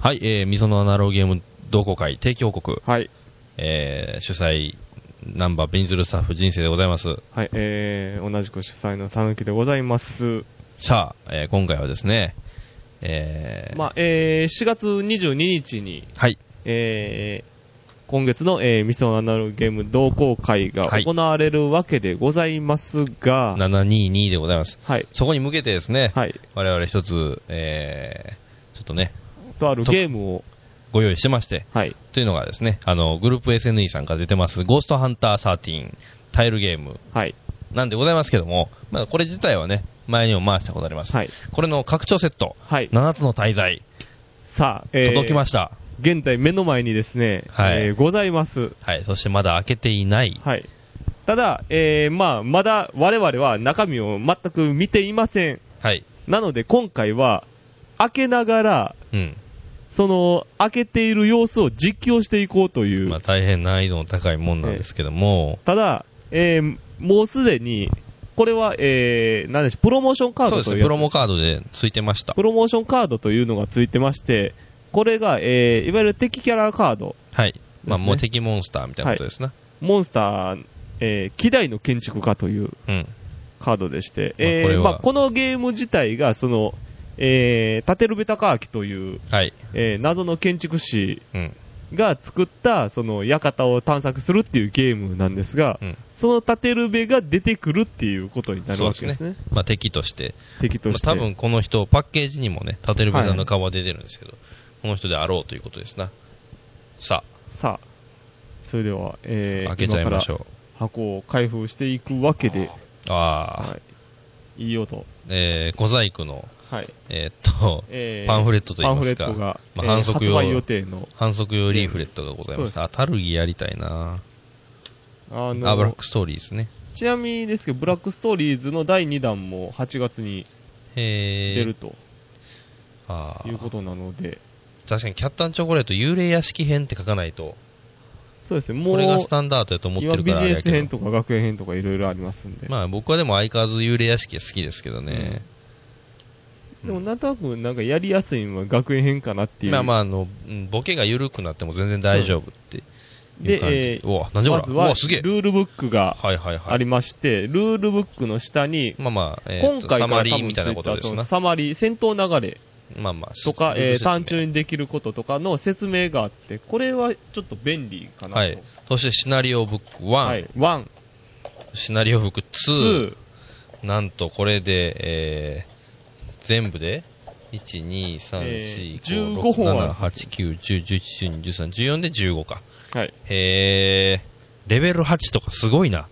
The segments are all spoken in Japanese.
はい、みそのアナログゲーム同好会定期報告。 はい。 主催、ナンバーベニズルスタッフ人生でございます。 はい、同じく主催のさぬきでございます。 さあ、今回はですね、 4月22日に、 はい。 今月の、みそのアナログゲーム同好会が行われるわけでございますが、 722でございます。 はい。 そこに向けてですね、 はい。 我々一つ、ちょっとね、 とあるゲームをご用意してまして、 はい。 というのがですね、グループ SNE さんから出てます、ゴーストハンター13タイルゲーム。 はい。 なんでございますけども、まあ、これ自体はね、前にも回したことあります。 はい。 これの拡張セット、 はい。 7つの大罪。 さあ、 届きました。 現在目の前にですね、 はい、 ございます。 はい。そしてまだ開けていない。 はい。ただ、まだ我々は中身を全く見ていません。 はい。 なので今回は、開けながら、開けている様子を実況していこうという。 まあ大変難易度の高いもんなんですけども。 ただ、もうすでに、これは、何でしょう、プロモーションカードというやつ。 そうですね、プロモカードでついてました。 プロモーションカードというのがついてまして、これが、いわゆる敵キャラカード、ね。 はい。まあもう敵モンスターみたいなことですね。 はい、モンスター、希代の建築家というカードでして、このゲーム自体が、タテルベタカーキという、 はい、 謎の建築士が作った、館を探索するっていうゲームなんですが、そのタテルベが出てくるっていうことになるわけですね。 まあ敵として。 敵として。 まあ、多分この人、パッケージにもね、タテルベの顔は出てるんですけど、この人であろうということですな。さあ、それでは、 開けちゃいましょう。 箱を開封していくわけで、はい、いい音。 小細工の、 はい、 パンフレットといいますか、 パンフレットが、 まあ、 発売予定の反則用リーフレットがございます。タルギやりたいな。ブラックストーリーですね。 ちなみにですけど、ブラックストーリーズの第2弾も8月に出るということなので、 確かにキャッタンチョコレート幽霊屋敷編って書かないと、 そうですね、もうこれがスタンダードだと思ってるから、 今ビジネス編とか学園編とかいろいろありますんで、 まあ僕はでも相変わらず幽霊屋敷が好きですけどね。 でもなんとなくなんかやりやすいのは学園編かなっていう。 まあボケが緩くなっても全然大丈夫っていう感じ。 まずはルールブックがありまして、ルールブックの下に、今回から多分ついたサマリー、戦闘流れとか、単純にできることとかの説明があって、これはちょっと便利かなと。はい。 そしてシナリオブック1。 はい、1。 シナリオブック2。なんとこれで、全部で1、2、3、4、5、6、7、8、9、10、11、12、13、14で15か。 はい。 レベル8とかすごいな。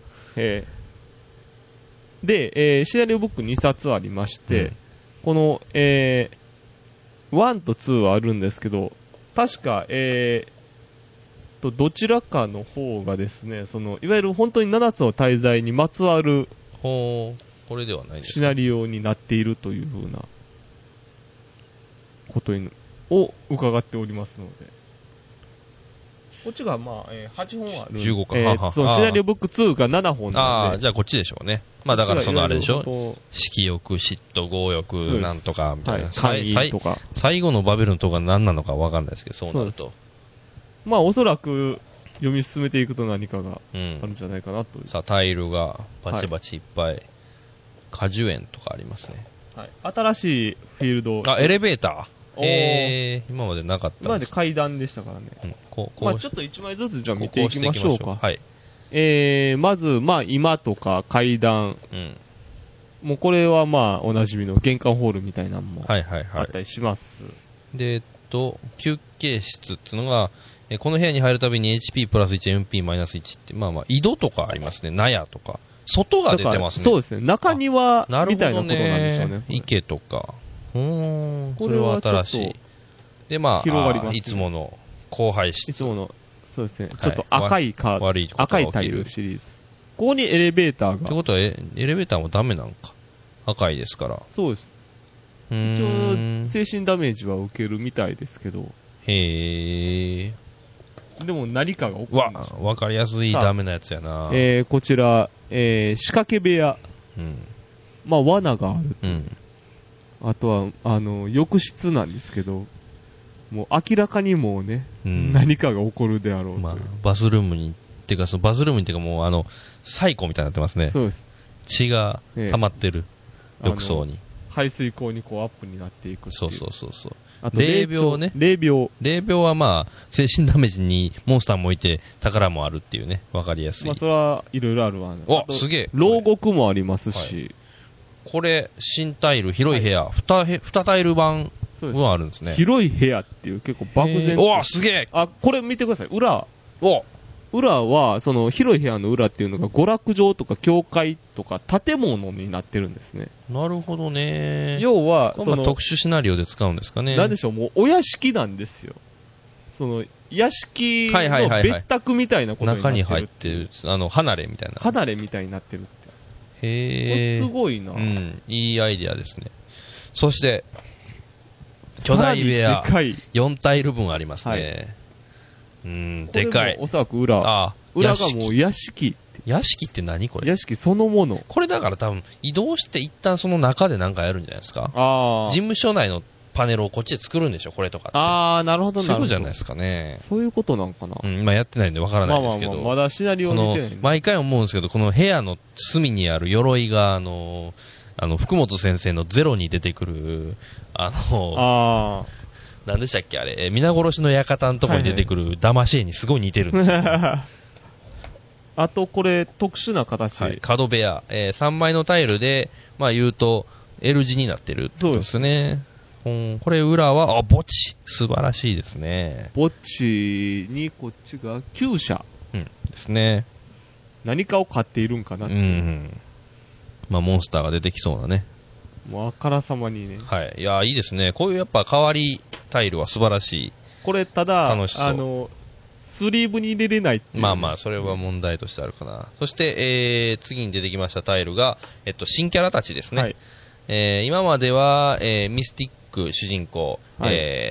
で、シナリオブック2冊ありまして、この、1と2はあるんですけど、確か、どちらかの方がですね、いわゆる本当に7つの大罪にまつわる、 これではないですシナリオになっているというふうなことを伺っておりますので、こっちが8本ある。 15か。 シナリオブック2が7本なんで。 じゃあこっちでしょうね。まあだからあれでしょ。色欲、嫉妬、強欲、なんとかみたいな。最後のバベルのとこが何なのかわかんないですけど、そうなると。 まあおそらく読み進めていくと何かがあるんじゃないかなと。 さあタイルがバチバチいっぱい。果樹園とかありますね。 はい。新しいフィールド。 エレベーター。今までなかった。 今まで階段でしたからね。まあちょっと1枚ずつじゃあ見ていきましょうか。 はい。 まず、今とか階段。もうこれはおなじみの玄関ホールみたいなのもあったりします。 で、休憩室っていうのが、この部屋に入るたびに HP プラス1、MP マイナス1って、井戸とかありますね。納屋とか。外が出てますね。 そうですね。中庭みたいなことなんでしょうね。 池とか。それは新しい。で、広がります、いつもの荒廃室。 いつもの、そうですね。ちょっと赤い赤いタイルシリーズ。ここにエレベーターが。 ってことはエレベーターもダメなんか。赤いですから。 そうです。一応、精神ダメージは受けるみたいですけど。 へー。 でも何かが起こるんですよ。 わかりやすいダメなやつやな。 こちら、仕掛け部屋。罠がある。あとは、浴室なんですけど、 もう明らかにもうね、何かが起こるであろうと。 まあ、バスルームに、っていうか、そのバスルームにっていうかもう、サイコみたいになってますね。 そうです。 血が溜まってる。浴槽に。 排水口にこうアップになっていくっていう。 そう。あと霊廟ね。 霊廟はまあ、精神ダメージにモンスターもいて、宝もあるっていうね、わかりやすい。 まあ、それはいろいろあるわ。 お、すげえ。 牢獄もありますし。はい、 これ、新タイル、広い部屋、2タイル版もあるんですね。 広い部屋っていう結構漠然と。 お、すげえ。 あ、これ見てください。裏は、その広い部屋の裏っていうのが娯楽場とか教会とか建物になってるんですね。 なるほどね。 要は、 その特殊シナリオで使うんですかね。 なんでしょう、もうお屋敷なんですよ。その、屋敷の別宅みたいなことになってる。中に入ってる、 離れみたいな。 離れみたいになってるって。 へー。 すごいな。 いいアイデアですね。そして、巨大部屋、4タイル分ありますね。はいでかい。 おそらく裏がもう屋敷。 屋敷って何これ？ 屋敷そのもの。 これだから多分移動して一旦その中で何かやるんじゃないですか？事務所内のパネルをこっちで作るんでしょこれとかって。 なるほどそういうことじゃないですかね。 そういうことなんかな。 今やってないんでわからないですけど。 まだシナリオ見てない。 毎回思うんですけど、この部屋の隅にある鎧が福本先生のゼロに出てくる、何でしたっけあれ、皆殺しの館のとこに出てくる騙し絵にすごい似てるんですよ。 あとこれ特殊な形。 はい、角部屋、3枚のタイルで、まあ言うと L 字になってるってことですね。これ裏は、墓地。素晴らしいですね。 墓地にこっちが厩舎。 ですね。 何かを飼っているんかなって。 まあモンスターが出てきそうなね。 もうあからさまにね。 はい。いや、いいですね。こういうやっぱ変わりタイルは素晴らしい。 これただ、スリーブに入れれないっていう。 まあまあ、それは問題としてあるかな。そして、次に出てきましたタイルが、新キャラたちですね。はい、今までは、ミスティック主人公、はい、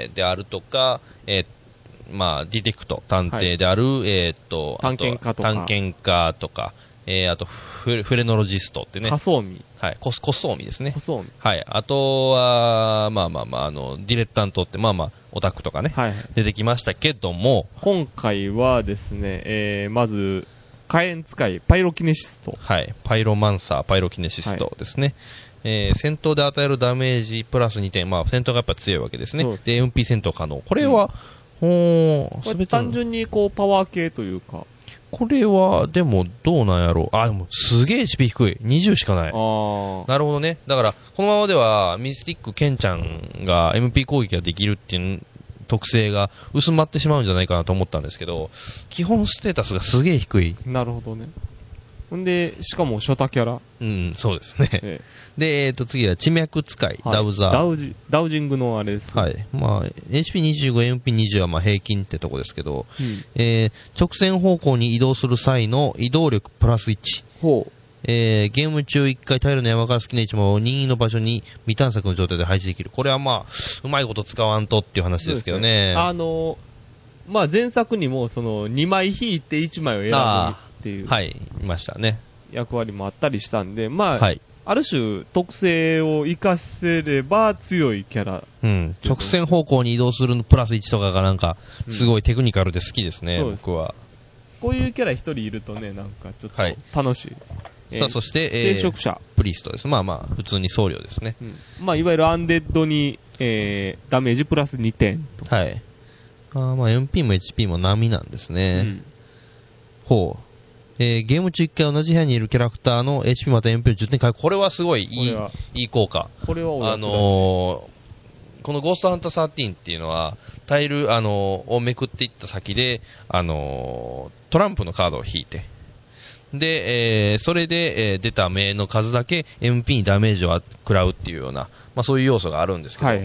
であるとか、まあ、ディテクト、探偵である、はい、 探検家とか、あとフレノロジストってね。 仮想味。 はい。コスオミですね。 コスオミ。 はい。あとは、まあ、ディレッタントって、オタクとかね。はい。出てきましたけども。 今回はですね、まず、火炎使い、パイロキネシスト。 はい。パイロマンサー、パイロキネシストですね。はい、戦闘で与えるダメージプラス2点。まあ、戦闘がやっぱ強いわけですね。で、MP 戦闘可能。これは、 これ単純にこう、パワー系というか。 これは、でも、どうなんやろう。でも、すげえ HP 低い。20しかない。なるほどね。だから、このままでは、ミスティックケンちゃんが MP 攻撃ができるっていう特性が薄まってしまうんじゃないかなと思ったんですけど、基本ステータスがすげえ低い。 なるほどね。ほんで、しかも初太キャラ。 そうですね。で、次は、地脈使い、ダウザー。 ダウジングのあれです、 ね。はい。まあ、HP25、MP20 はまあ平均ってとこですけど、直線方向に移動する際の移動力プラス1。ゲーム中1回タイルの山から好きな位置も任意の場所に未探索の状態で配置できる。これはまあ、うまいこと使わんとっていう話ですけどね。 まあ前作にもその2枚引いて1枚を選ぶっていう。 はい、いましたね。 役割もあったりしたんで、まあ、はい、ある種特性を活かせれば強いキャラ。 直線方向に移動するのプラス1とかがなんか、すごいテクニカルで好きですね、僕は。 こういうキャラ一人いるとね、なんかちょっと楽しい。 さあ、そして、 聖職者。 プリストです。まあ、普通に僧侶ですね。 まあ、いわゆるアンデッドに、ダメージプラス2点と。 はい。MP も HP も波なんですね。ほう。ゲーム中1回同じ部屋にいるキャラクターの HP また MP を10点回復。これはすごいいい効果。 これはこのゴーストハンター13っていうのは、タイル、をめくっていった先で、トランプのカードを引いて、で、それで、出た目の数だけ MP にダメージを食らうっていうような、まあそういう要素があるんですけど、はい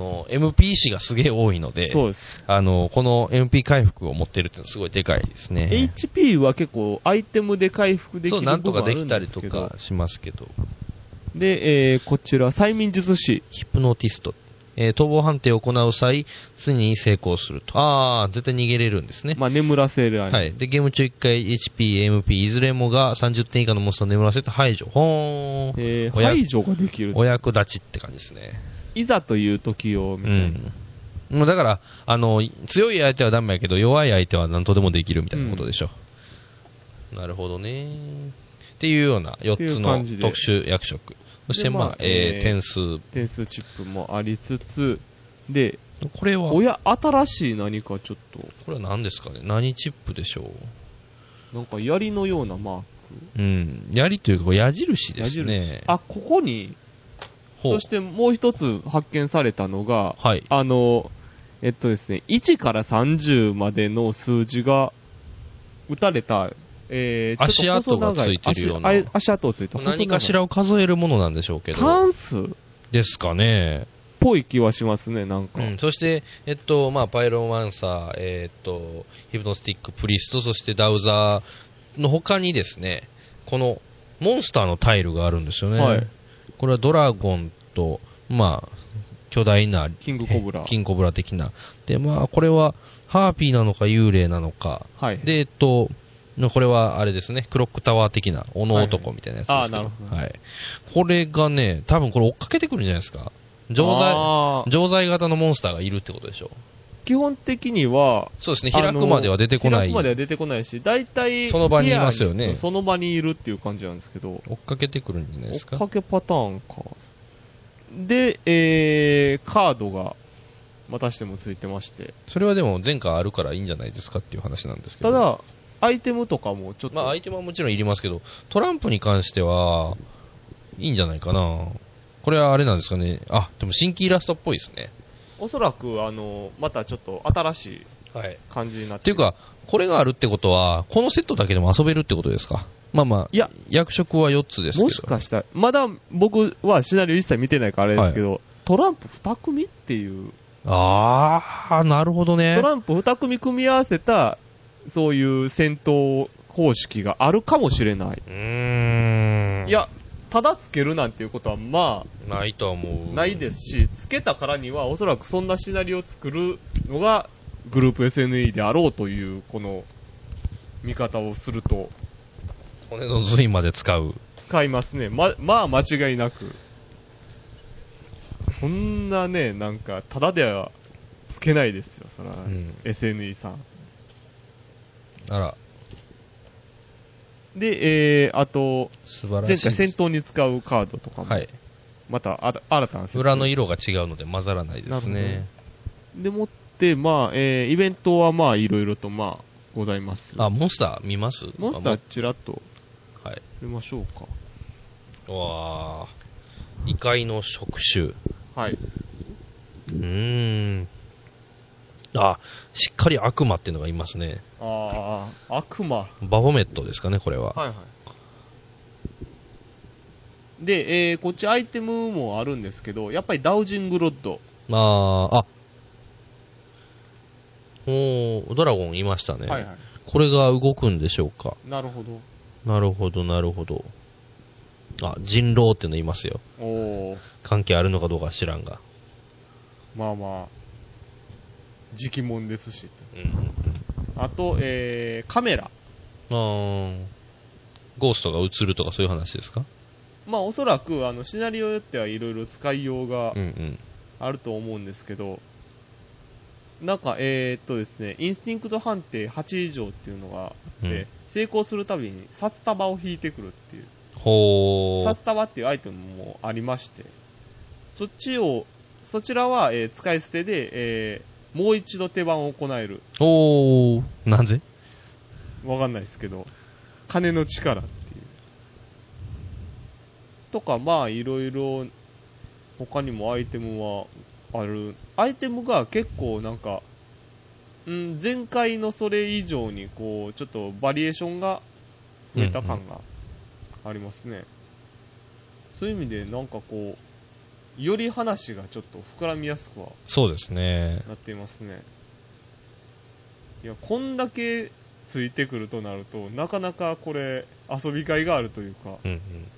、MP 値がすげえ多いので、 そうです。 この MP 回復を持ってるっていうのはすごいでかいですね。 HP は結構アイテムで回復できる部分そう、なんとかできたりとかしますけど。 で、こちら、催眠術師。 ヒプノティスト。逃亡判定を行う際、常に成功すると。絶対逃げれるんですね。 まあ、眠らせる。 はい。で、ゲーム中1回 HP、MP、いずれもが30点以下のモンスターを眠らせて排除。 排除ができる。 お役立ちって感じですね。 いざという時を、みたいな。 だから、強い相手はダメやけど、弱い相手は何とでもできるみたいなことでしょ。なるほどね。っていうような4つの特殊役職。そして、点数。 点数チップもありつつ、で、 これは新しい何かちょっと。 これは何ですかね？何チップでしょう？なんか槍のようなマーク。 うん。槍というか、矢印ですね。 ここに、そしてもう一つ発見されたのが、 はい。 ですね、1から30までの数字が打たれた、 足跡がついてるような。 足跡をついた。 何かしらを数えるものなんでしょうけど。 単数ですかね。 ぽい気はしますね、なんか。 そして、パイロマンサー、ヒプノスティック、プリスト、そしてダウザーの他にですね、このモンスターのタイルがあるんですよね。はい。これはドラゴンと、巨大なキングコブラ的な。で、これはハーピーなのか幽霊なのか。はい。で、これはあれですね、クロックタワー的な、斧男みたいなやつですけど。 なるほど。 はい。これがね、多分これ追っかけてくるんじゃないですか。錠剤型のモンスターがいるってことでしょう。 基本的には、 そうですね、開くまでは出てこない。 開くまでは出てこないし、大体、 その場にいますよね。 その場にいるっていう感じなんですけど。 追っかけてくるんじゃないですか。 追っかけパターンか。で、カードが、またしてもついてまして。 それはでも前回あるからいいんじゃないですかっていう話なんですけど。 ただ、アイテムとかもちょっと。 アイテムはもちろんいりますけど、トランプに関しては、いいんじゃないかな。これはあれなんですかね。でも新規イラストっぽいですね。 おそらく、またちょっと新しい感じになって、 っていうか、これがあるってことは、このセットだけでも遊べるってことですか？いや、役職は4つですけど。 もしかしたら、まだ僕はシナリオ一切見てないからあれですけど、トランプ2組っていう。なるほどね。 トランプ2組組み合わせた、そういう戦闘方式があるかもしれない。いや、ただつけるなんていうことはないとは思う。 ないですし、つけたからにはおそらくそんなシナリオを作るのがグループ SNE であろうというこの見方をすると、 骨の髄まで使いますね。間違いなく。そんなね、なんかただではつけないですよ、そら、SNE さん。 あら。 で、あと、 前回戦闘に使うカードとかも、また新たな裏の色が違うので混ざらないですね。 でもって、イベントはいろいろとございます。 モンスター見ます？ モンスターちらっと見ましょうか。 異界の触手。 はい。 しっかり悪魔っていうのがいますね。 悪魔。 バフォメットですかね、これは。 はいはい。で、こっちアイテムもあるんですけど、やっぱりダウジングロッド。 ドラゴンいましたね。 はいはい。 これが動くんでしょうか。 なるほど。 なるほど、なるほど。人狼っていうのいますよ。関係あるのかどうか知らんが。 時期もんですし。あと、カメラ。 ゴーストが映るとかそういう話ですか？ おそらく、シナリオによってはいろいろ使いようがあると思うんですけど、なんか、ですね、インスティンクト判定8以上っていうのがあって、成功するたびに札束を引いてくるっていう。札束っていうアイテムもありまして、そちらは、使い捨てで、もう一度手番を行える。 なんで？ わかんないですけど、金の力っていう。とか、いろいろ、他にもアイテムはある。アイテムが結構なんか、前回のそれ以上に、ちょっとバリエーションが増えた感がありますね。そういう意味で、なんかより話がちょっと膨らみやすくはそうですね。 なっていますね。いや、こんだけついてくるとなると、なかなかこれ遊びがいがあるというか、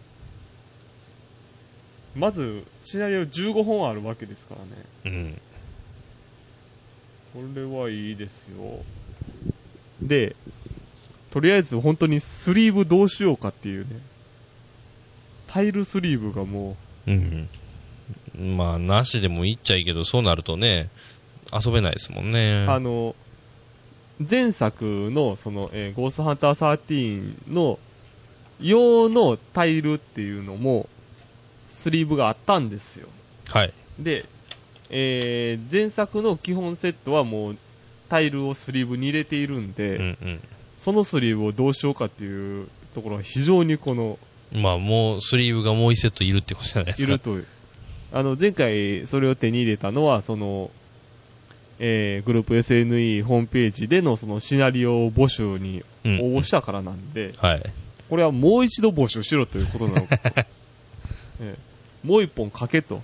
まずシナリオ15本あるわけですからね。これはいいですよ。で、とりあえず本当にスリーブどうしようかっていうね。タイルスリーブがもう、 なしでもいいっちゃいいけど、そうなるとね、 遊べないですもんね。 前作の、ゴーストハンター13の用のタイルっていうのも、スリーブがあったんですよ。 はい。 で、前作の基本セットはもう、タイルをスリーブに入れているんで、そのスリーブをどうしようかっていうところは非常にまあもう、スリーブがもう一セットいるってことじゃないですか。 いるという。前回それを手に入れたのは、グループ SNE ホームページでのそのシナリオ募集に応募したからなんで、 はい。 これはもう一度募集しろということなのかと。もう一本書けと。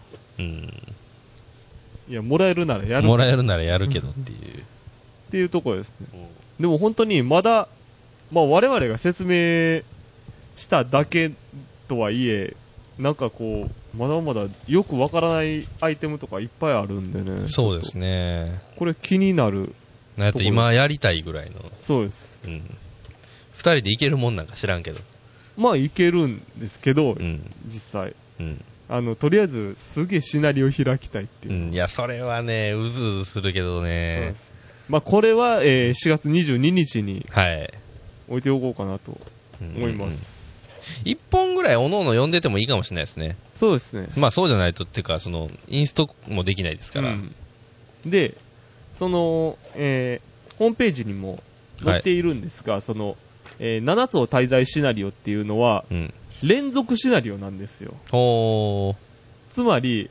いや、もらえるならやる。 もらえるならやるけどっていう。 っていうところですね。でも本当にまだ、まあ我々が説明しただけとはいえ、なんかまだまだよくわからないアイテムとかいっぱいあるんでね。 そうですね。 これ気になる。 なんか今やりたいぐらいの。 そうです。 二人でいけるもんなんか知らんけど。 まあいけるんですけど、実際。とりあえずすげえシナリオ開きたいっていう。 いや、それはね、うずうずするけどね。 まあこれは、4月22日に置いておこうかなと思います。 一本ぐらいおのおの読んでてもいいかもしれないですね。 そうですね。 まあそうじゃないとっていうか、インストもできないですから。 で、ホームページにも載っているんですが、7つを滞在シナリオっていうのは、連続シナリオなんですよ。つまり、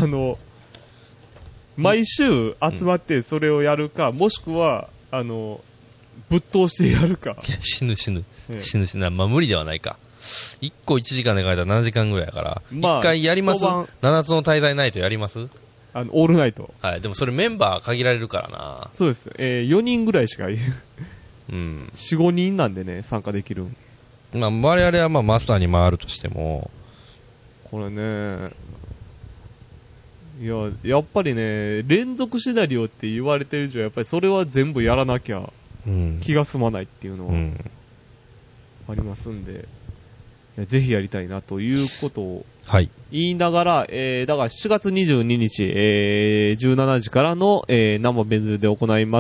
毎週集まってそれをやるか、もしくは、ぶっ通してやるか。 いや、死ぬ。まあ無理ではないか。1個1時間で書いたら7時間ぐらいやから。1回やります ?7 つの滞在ナイトやります？ オールナイト。 はい。でもそれメンバー限られるからな。 そうです。4人ぐらいしかいる。4、5人なんでね、参加できる。 まあ、我々はまあマスターに回るとしても。 これね、いや、やっぱりね、連続シナリオって言われてる以上、やっぱりそれは全部やらなきゃ気が済まないっていうのはありますんで、ぜひやりたいなということを言いながら、だから7月22日、17時からの、生ベンズで行います、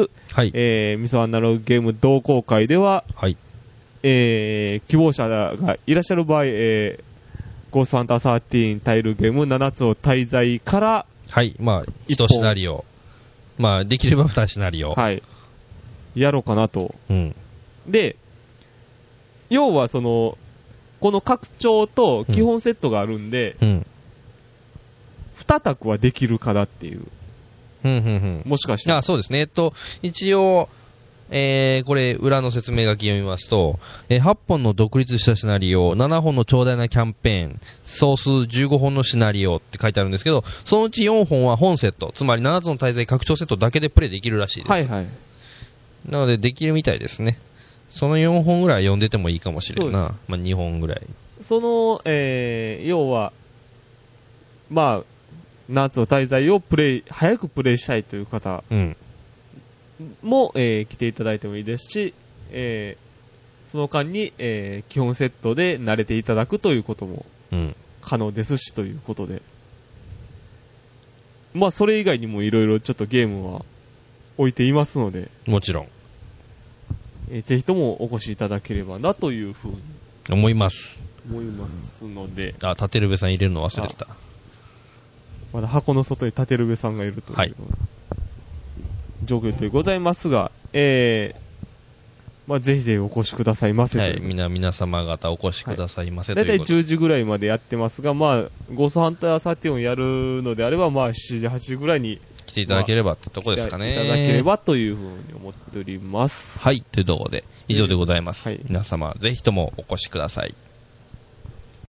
ミソアナログゲーム同好会では、希望者がいらっしゃる場合、ゴーストハンター13タイルゲーム7つを滞在から、 まあ、1シナリオ。まあ、できれば2シナリオ。 やろうかなと。で、要はこの拡張と基本セットがあるんで、2択はできるかなっていう。もしかして。 そうですね。一応、これ、裏の説明書き読みますと、8本の独立したシナリオ、7本の長大なキャンペーン、総数15本のシナリオって書いてあるんですけど、そのうち4本は本セット、つまり7つの滞在拡張セットだけでプレイできるらしいです。なので、できるみたいですね。その4本ぐらい読んでてもいいかもしれんな。まあ2本ぐらい。 要は、まあ、7つの滞在を早くプレイしたいという方も、来ていただいてもいいですし、その間に、基本セットで慣れていただくということも可能ですしということで。まあ、それ以外にもいろいろちょっとゲームは置いていますので。 もちろん。 ぜひともお越しいただければなというふうに思いますので。 タテルベさん入れるの忘れてた。 まだ箱の外にタテルベさんがいるという状況でございますが、まあ、ぜひぜひお越しくださいませ。 皆様方お越しくださいませ。 だいたい10時ぐらいまでやってますが、まあ、ゴーストハンター13やるのであれば、まあ、7時、8時ぐらいに来ていただければってとこですかね。 来ていただければというふうに思っております。 というところで、以上でございます。皆様、ぜひともお越しください。